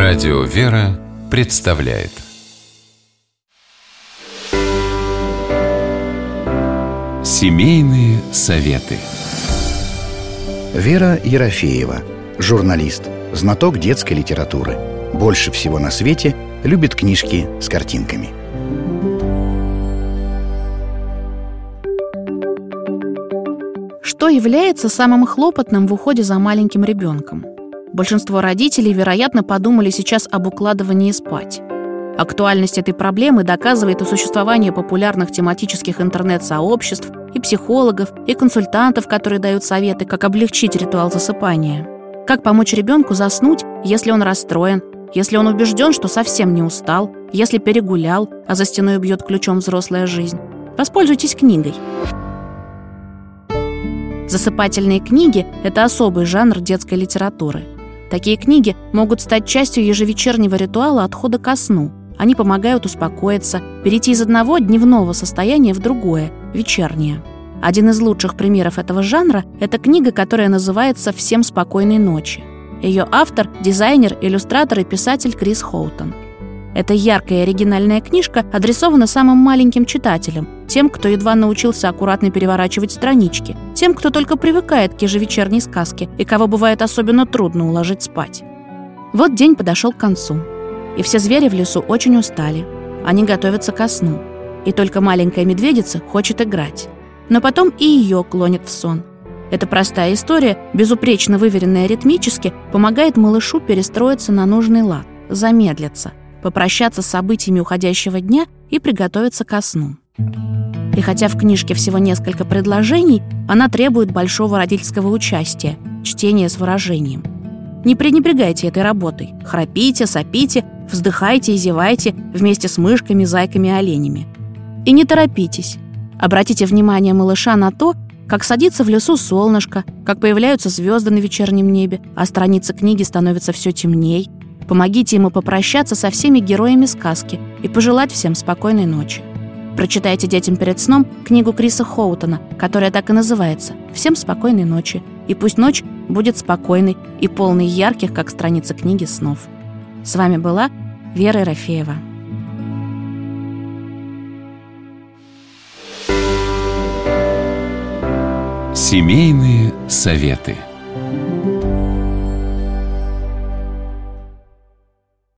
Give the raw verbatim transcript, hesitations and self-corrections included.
Радио «Вера» представляет Семейные советы. Вера Ерофеева, журналист, знаток детской литературы. Больше всего на свете любит книжки с картинками. Что является самым хлопотным в уходе за маленьким ребенком? Большинство родителей, вероятно, подумали сейчас об укладывании спать. Актуальность этой проблемы доказывает и существование популярных тематических интернет-сообществ, и психологов, и консультантов, которые дают советы, как облегчить ритуал засыпания. Как помочь ребенку заснуть, если он расстроен, если он убежден, что совсем не устал, если перегулял, а за стеной бьет ключом взрослая жизнь. Воспользуйтесь книгой. Засыпательные книги – это особый жанр детской литературы. Такие книги могут стать частью ежевечернего ритуала отхода ко сну. Они помогают успокоиться, перейти из одного дневного состояния в другое, вечернее. Один из лучших примеров этого жанра – это книга, которая называется «Всем спокойной ночи». Ее автор – дизайнер, иллюстратор и писатель Крис Хоутон. Эта яркая и оригинальная книжка адресована самым маленьким читателям, тем, кто едва научился аккуратно переворачивать странички, тем, кто только привыкает к ежевечерней сказке и кого бывает особенно трудно уложить спать. Вот день подошел к концу, и все звери в лесу очень устали. Они готовятся ко сну, и только маленькая медведица хочет играть. Но потом и ее клонит в сон. Эта простая история, безупречно выверенная ритмически, помогает малышу перестроиться на нужный лад, замедлиться, попрощаться с событиями уходящего дня и приготовиться ко сну. И хотя в книжке всего несколько предложений, она требует большого родительского участия, чтения с выражением. Не пренебрегайте этой работой. Храпите, сопите, вздыхайте и зевайте вместе с мышками, зайками и оленями. И не торопитесь. Обратите внимание малыша на то, как садится в лесу солнышко, как появляются звезды на вечернем небе, а страницы книги становятся все темней. Помогите ему попрощаться со всеми героями сказки и пожелать всем спокойной ночи. Прочитайте детям перед сном книгу Криса Хоутона, которая так и называется «Всем спокойной ночи». И пусть ночь будет спокойной и полной ярких, как страницы книги, снов. С вами была Вера Ерофеева. Семейные советы.